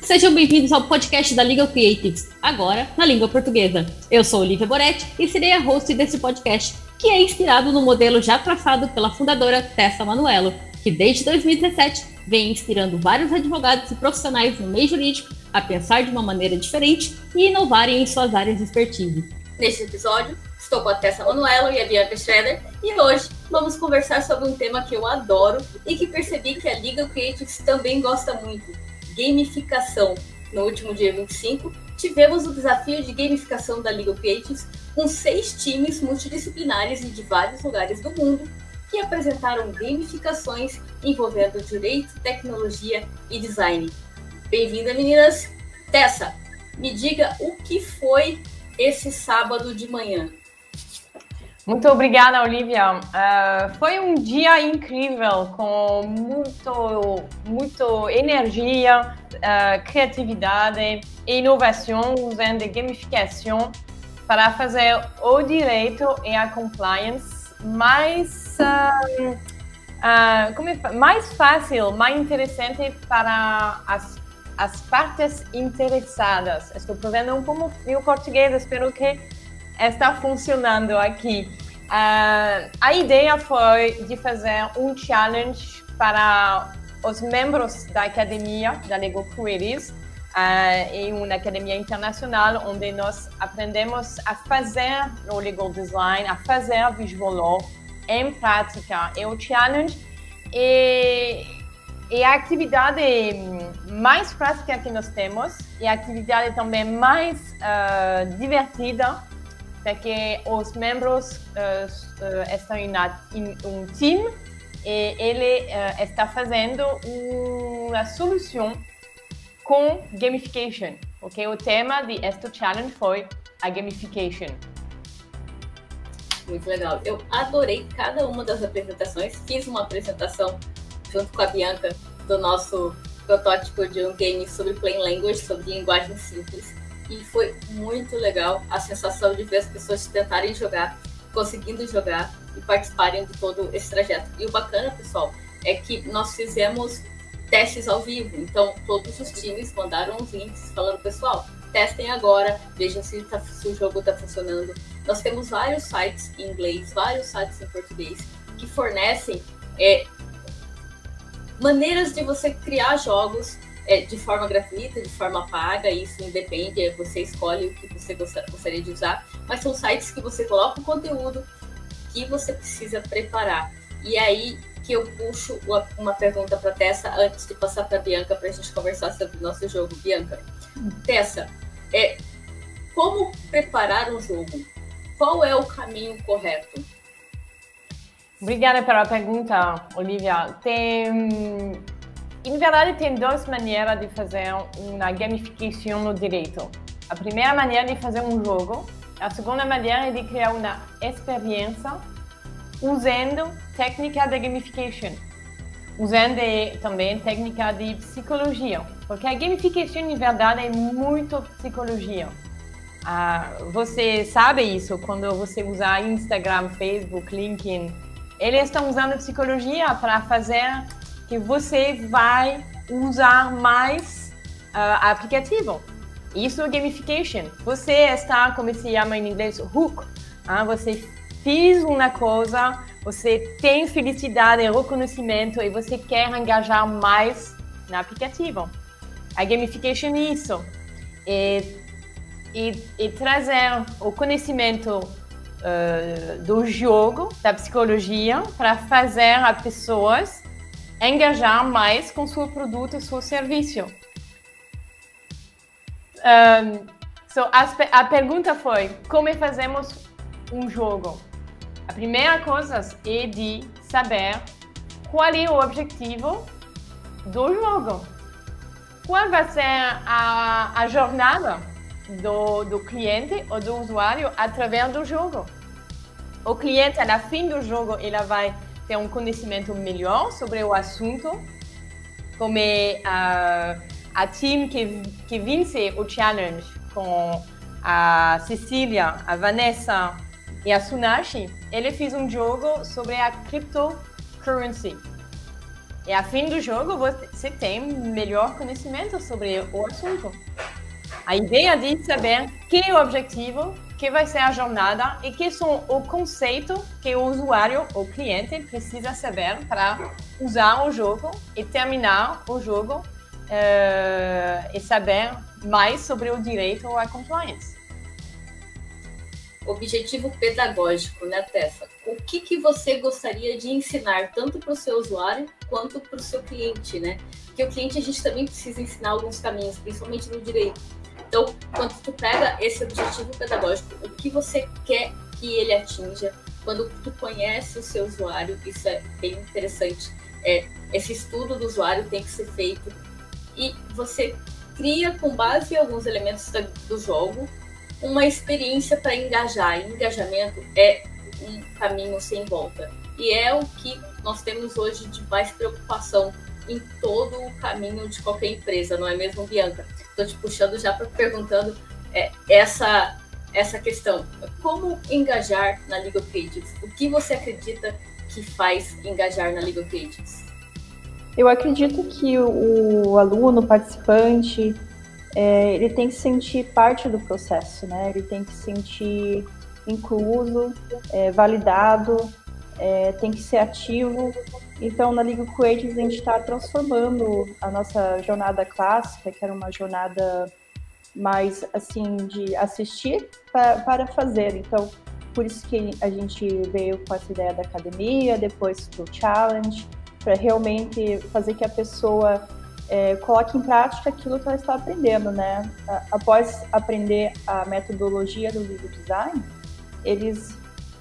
Sejam bem-vindos ao podcast da Legal Creatives, agora na língua portuguesa. Eu sou Olivia Boretti e serei a host desse podcast, que é inspirado no modelo já traçado pela fundadora Tessa Manuello, que desde 2017 vem inspirando vários advogados e profissionais no meio jurídico a pensar de uma maneira diferente e inovarem em suas áreas de expertise. Neste episódio, estou com a Tessa Manuello e a Bianca Schroeder e hoje vamos conversar sobre um tema que eu adoro e que percebi que a Legal Creatives também gosta muito: gamificação. No último dia 25, tivemos o desafio de gamificação da Legal Creatives com 6 times multidisciplinares e de vários lugares do mundo que apresentaram gamificações envolvendo direito, tecnologia e design. Bem-vinda, meninas! Tessa, me diga o que foi esse sábado de manhã. Muito obrigada, Olivia. Foi um dia incrível, com muito energia, criatividade e inovação usando gamificação para fazer o direito e a compliance mais fácil, mais interessante para as partes interessadas. Estou provando um pouco meu português, espero que está funcionando aqui. A ideia foi de fazer um challenge para os membros da academia da Legal Creatives, em uma academia internacional onde nós aprendemos a fazer o legal design, a fazer visual law em prática. É o challenge e a atividade mais prática que nós temos e a atividade também mais divertida, porque os membros estão em um time e ele está fazendo uma solução com gamification. Okay? O tema deste challenge foi a gamification. Muito legal. Eu adorei cada uma das apresentações. Fiz uma apresentação junto com a Bianca do nosso protótipo de um game sobre plain language, sobre linguagem simples. E foi muito legal a sensação de ver as pessoas tentarem jogar, conseguindo jogar e participarem de todo esse trajeto. E o bacana, pessoal, é que nós fizemos testes ao vivo. Então, todos os times mandaram os links falando: pessoal, testem agora, vejam se o jogo está funcionando. Nós temos vários sites em inglês, vários sites em português, que fornecem maneiras de você criar jogos de forma gratuita, de forma paga. Isso independe, você escolhe o que você gostaria de usar, mas são sites que você coloca o conteúdo que você precisa preparar. E aí que eu puxo uma pergunta para a Tessa antes de passar para a Bianca para a gente conversar sobre o nosso jogo. Bianca, Tessa, como preparar um jogo? Qual é o caminho correto? Obrigada pela pergunta, Olivia. Em verdade, tem 2 maneiras de fazer uma gamificação no direito. A primeira maneira é de fazer um jogo. A segunda maneira é de criar uma experiência usando técnica de gamification. Usando também técnica de psicologia. Porque a gamificação, em verdade, é muito psicologia. Você sabe isso quando você usa Instagram, Facebook, LinkedIn. Eles estão usando psicologia para fazer que você vai usar mais aplicativo. Isso é gamification. Você está, como se chama em inglês, hook. Você fez uma coisa, você tem felicidade e reconhecimento e você quer engajar mais no aplicativo. A gamification é isso. E trazer o conhecimento do jogo, da psicologia, para fazer as pessoas engajar mais com seu produto e seu serviço. A pergunta foi: como fazemos um jogo? A primeira coisa é de saber qual é o objetivo do jogo. Qual vai ser a jornada do cliente ou do usuário através do jogo? O cliente, no fim do jogo, ele vai ter um conhecimento melhor sobre o assunto, como a team que vence o challenge com a Cecília, a Vanessa e a Sunashi, ele fez um jogo sobre a cryptocurrency. E a fim do jogo, você tem melhor conhecimento sobre o assunto. A ideia de saber que é o objetivo, que vai ser a jornada e que são o conceito que o usuário, o cliente, precisa saber para usar o jogo e terminar o jogo e saber mais sobre o direito à compliance. Objetivo pedagógico, né, Tessa? O que você gostaria de ensinar tanto para o seu usuário quanto para o seu cliente, né? Porque o cliente a gente também precisa ensinar alguns caminhos, principalmente no direito. Então, quando tu pega esse objetivo pedagógico, o que você quer que ele atinja, quando tu conhece o seu usuário, isso é bem interessante. Esse estudo do usuário tem que ser feito e você cria, com base em alguns elementos do jogo, uma experiência para engajar. E engajamento é um caminho sem volta. E é o que nós temos hoje de mais preocupação em todo o caminho de qualquer empresa, não é mesmo, Bianca? Estou te puxando já para perguntando essa questão. Como engajar na Legal Creatives? O que você acredita que faz engajar na Legal Creatives? Eu acredito que o aluno, o participante, ele tem que se sentir parte do processo, né? Ele tem que se sentir incluso, validado, tem que ser ativo. Então, na Legal Creatives, a gente está transformando a nossa jornada clássica, que era uma jornada mais, assim, de assistir para fazer. Então, por isso que a gente veio com essa ideia da academia, depois do challenge, para realmente fazer que a pessoa coloque em prática aquilo que ela está aprendendo, né? Após aprender a metodologia do Legal Design, eles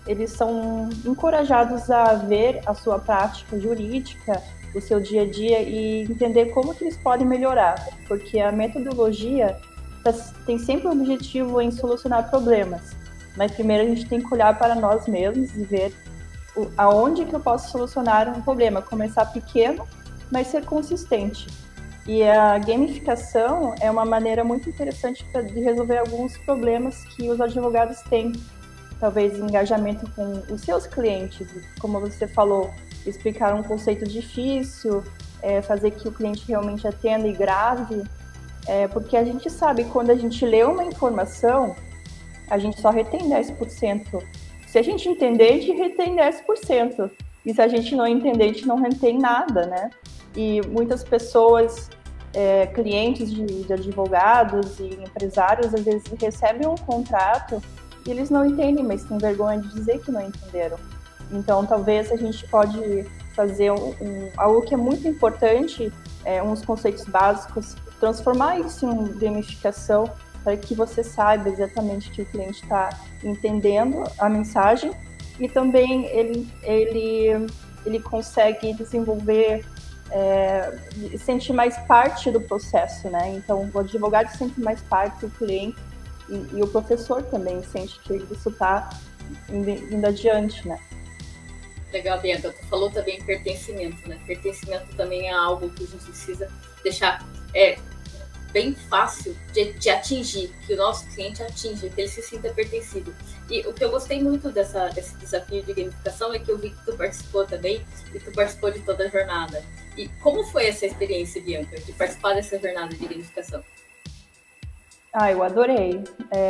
são encorajados a ver a sua prática jurídica, o seu dia a dia e entender como que eles podem melhorar, porque a metodologia tem sempre o objetivo em solucionar problemas, mas primeiro a gente tem que olhar para nós mesmos e ver aonde que eu posso solucionar um problema, começar pequeno, mas ser consistente. E a gamificação é uma maneira muito interessante de resolver alguns problemas que os advogados têm. Talvez engajamento com os seus clientes, como você falou, explicar um conceito difícil, fazer que o cliente realmente atenda e grave, porque a gente sabe que quando a gente lê uma informação, a gente só retém 10%. Se a gente entender, a gente retém 10%. E se a gente não entender, a gente não retém nada, né? E muitas pessoas, clientes de advogados e empresários, às vezes recebem um contrato e eles não entendem, mas têm vergonha de dizer que não entenderam. Então, talvez a gente pode fazer algo que é muito importante, uns conceitos básicos, transformar isso em gamificação para que você saiba exatamente que o cliente está entendendo a mensagem e também ele consegue desenvolver, sentir mais parte do processo, né? Então, o advogado sente mais parte do cliente e o professor também sente que isso está indo adiante, né? Legal, Bianca. Tu falou também pertencimento, né? Pertencimento também é algo que a gente precisa deixar bem fácil de atingir, que o nosso cliente atinja, que ele se sinta pertencido. E o que eu gostei muito desse desafio de gamificação é que eu vi que tu participou também, e tu participou de toda a jornada. E como foi essa experiência, Bianca, de participar dessa jornada de gamificação? Eu adorei.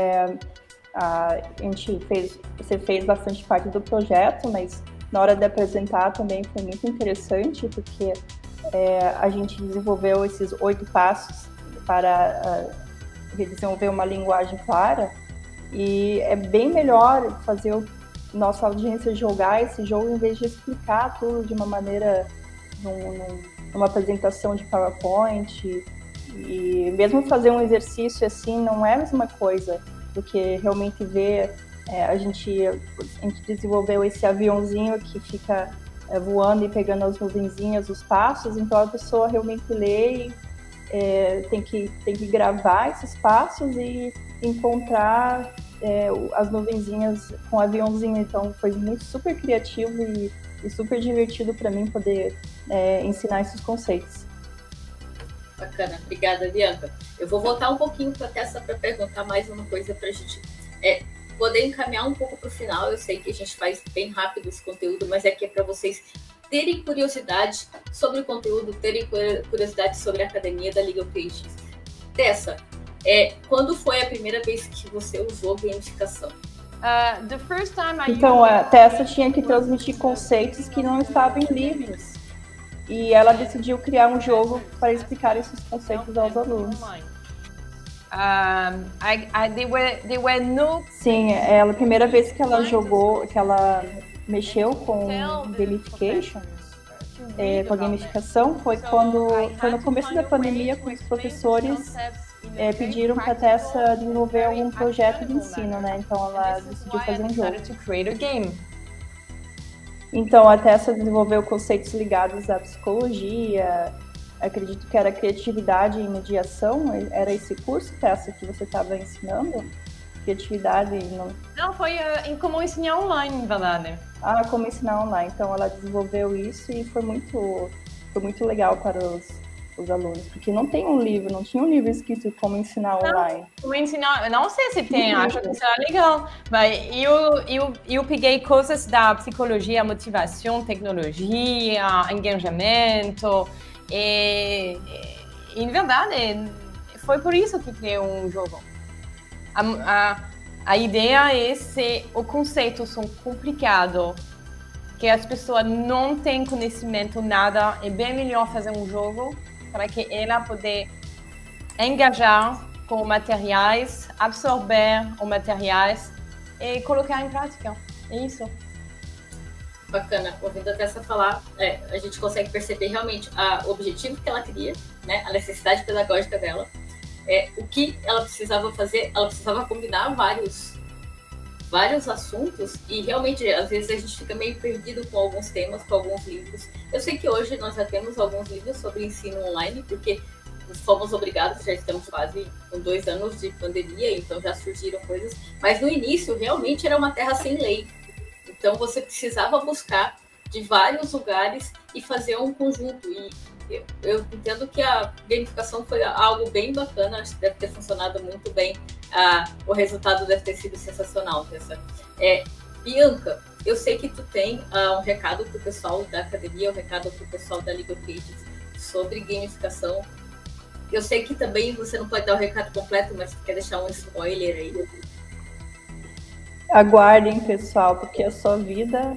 Você fez bastante parte do projeto, mas na hora de apresentar também foi muito interessante, porque a gente desenvolveu esses 8 passos para desenvolver uma linguagem clara, e é bem melhor fazer nossa audiência jogar esse jogo em vez de explicar tudo de uma maneira, numa apresentação de PowerPoint. E mesmo fazer um exercício assim não é a mesma coisa do que realmente ver. A gente desenvolveu esse aviãozinho que fica voando e pegando as nuvenzinhas, os passos, então a pessoa realmente lê e tem que gravar esses passos e encontrar as nuvenzinhas com o aviãozinho. Então foi super criativo e super divertido para mim poder ensinar esses conceitos. Bacana, obrigada, Bianca. Eu vou voltar um pouquinho para a Tessa para perguntar mais uma coisa para a gente poder encaminhar um pouco para o final. Eu sei que a gente faz bem rápido esse conteúdo, mas é que é para vocês terem curiosidade sobre o conteúdo, terem curiosidade sobre a academia da League of Legends. Tessa, quando foi a primeira vez que você usou gamificação? Então, a Tessa tinha que transmitir conceitos que não estavam em livros. E ela decidiu criar um jogo para explicar esses conceitos aos alunos. Sim, a primeira vez que ela jogou, que ela mexeu com gamification, com a gamificação, foi no começo da pandemia, quando os professores pediram para a Tessa desenvolver algum projeto de ensino, né? Então ela decidiu fazer um jogo. Então a Tessa desenvolveu conceitos ligados à psicologia, acredito que era criatividade e mediação. Era esse curso, Tessa, que você estava ensinando? Criatividade e... Não, foi em como ensinar online, na verdade. Ah, como ensinar online. Então ela desenvolveu isso e foi muito legal para os alunos, porque não tinha um livro escrito como ensinar online. Como ensinar, não sei se tem, acho que será legal, mas eu peguei coisas da psicologia, motivação, tecnologia, engajamento, e em verdade, foi por isso que criei um jogo. A ideia é se os conceitos são complicados, que as pessoas não têm conhecimento, nada, é bem melhor fazer um jogo para que ela poder engajar com materiais, absorver os materiais e colocar em prática. É isso. Bacana. Ouvindo a Tessa falar, a gente consegue perceber realmente o objetivo que ela queria, né, a necessidade pedagógica dela, o que ela precisava fazer. Ela precisava combinar vários assuntos e realmente às vezes a gente fica meio perdido com alguns temas, com alguns livros. Eu sei que hoje nós já temos alguns livros sobre ensino online, porque fomos obrigados, já estamos quase com 2 anos de pandemia, então já surgiram coisas, mas no início realmente era uma terra sem lei, então você precisava buscar de vários lugares e fazer um conjunto. E eu entendo que a gamificação foi algo bem bacana, acho que deve ter funcionado muito bem. O resultado deve ter sido sensacional, Tessa. Bianca, eu sei que tu tem um recado para o pessoal da academia, um recado para o pessoal da League of Legends sobre gamificação. Eu sei que também você não pode dar o recado completo, mas tu quer deixar um spoiler aí? Aguardem, pessoal, porque a sua vida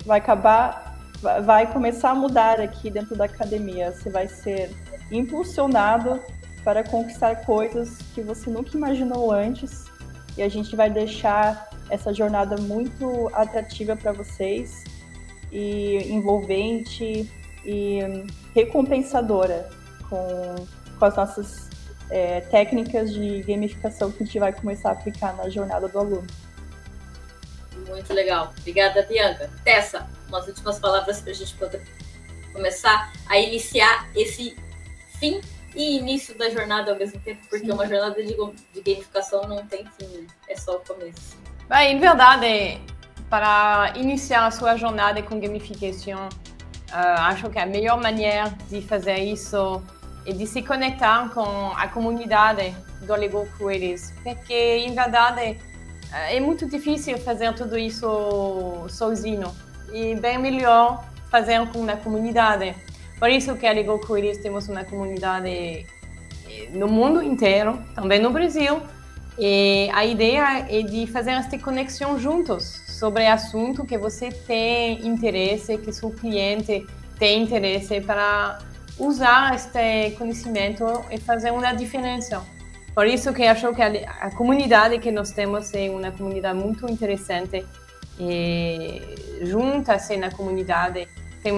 vai começar a mudar aqui dentro da academia. Você vai ser impulsionado para conquistar coisas que você nunca imaginou antes, e a gente vai deixar essa jornada muito atrativa para vocês, e envolvente e recompensadora com as nossas técnicas de gamificação que a gente vai começar a aplicar na jornada do aluno. Muito legal. Obrigada, Bianca. Tessa, umas últimas palavras para a gente poder começar a iniciar esse fim e início da jornada ao mesmo tempo, porque uma jornada de gamificação não tem fim, é só o começo. Bem, em verdade, para iniciar a sua jornada com gamificação, acho que a melhor maneira de fazer isso é de se conectar com a comunidade do Lego Creators, porque, em verdade, é muito difícil fazer tudo isso sozinho, e bem melhor fazer com a comunidade. Por isso que a Lego Creators temos uma comunidade no mundo inteiro, também no Brasil, e a ideia é de fazer esta conexão juntos sobre assunto que você tem interesse, que seu cliente tem interesse, para usar este conhecimento e fazer uma diferença. Por isso que acho que a comunidade que nós temos é uma comunidade muito interessante, e junta-se na comunidade tem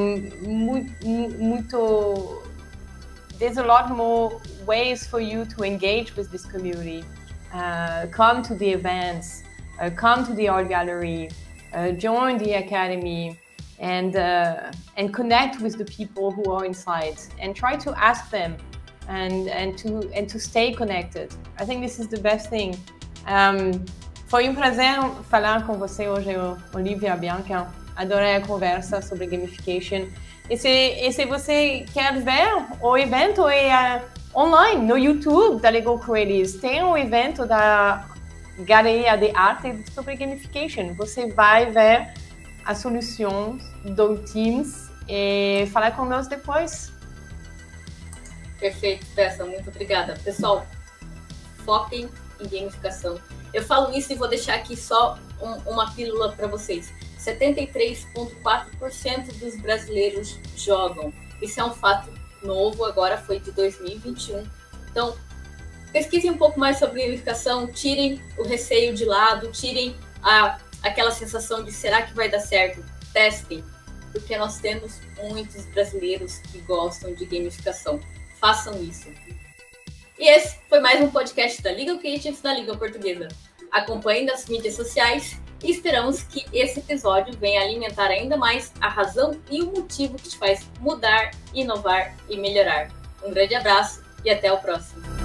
muito. There's a lot more ways for you to engage with this community. Come to the events, come to the art gallery, join the academy, and connect with the people who are inside, and try to ask them, and to stay connected. I think this is the best thing. Foi prazer falar com você hoje, Olivia, Bianca. Adorei a conversa sobre gamification. E se você quer ver o evento, online, no YouTube da Lego Creators. Tem um evento da Galeria de Arte sobre gamification. Você vai ver as soluções do Teams e falar conosco depois. Perfeito, Tessa, muito obrigada. Pessoal, foquem em gamificação. Eu falo isso e vou deixar aqui só uma pílula para vocês. 73,4% dos brasileiros jogam. Isso é um fato novo, agora foi de 2021. Então, pesquisem um pouco mais sobre gamificação, tirem o receio de lado, tirem aquela sensação de será que vai dar certo? Testem, porque nós temos muitos brasileiros que gostam de gamificação. Façam isso. E esse foi mais um podcast da Legal Creatives da Língua Portuguesa. Acompanhe nas mídias sociais e esperamos que esse episódio venha alimentar ainda mais a razão e o motivo que te faz mudar, inovar e melhorar. Um grande abraço e até o próximo.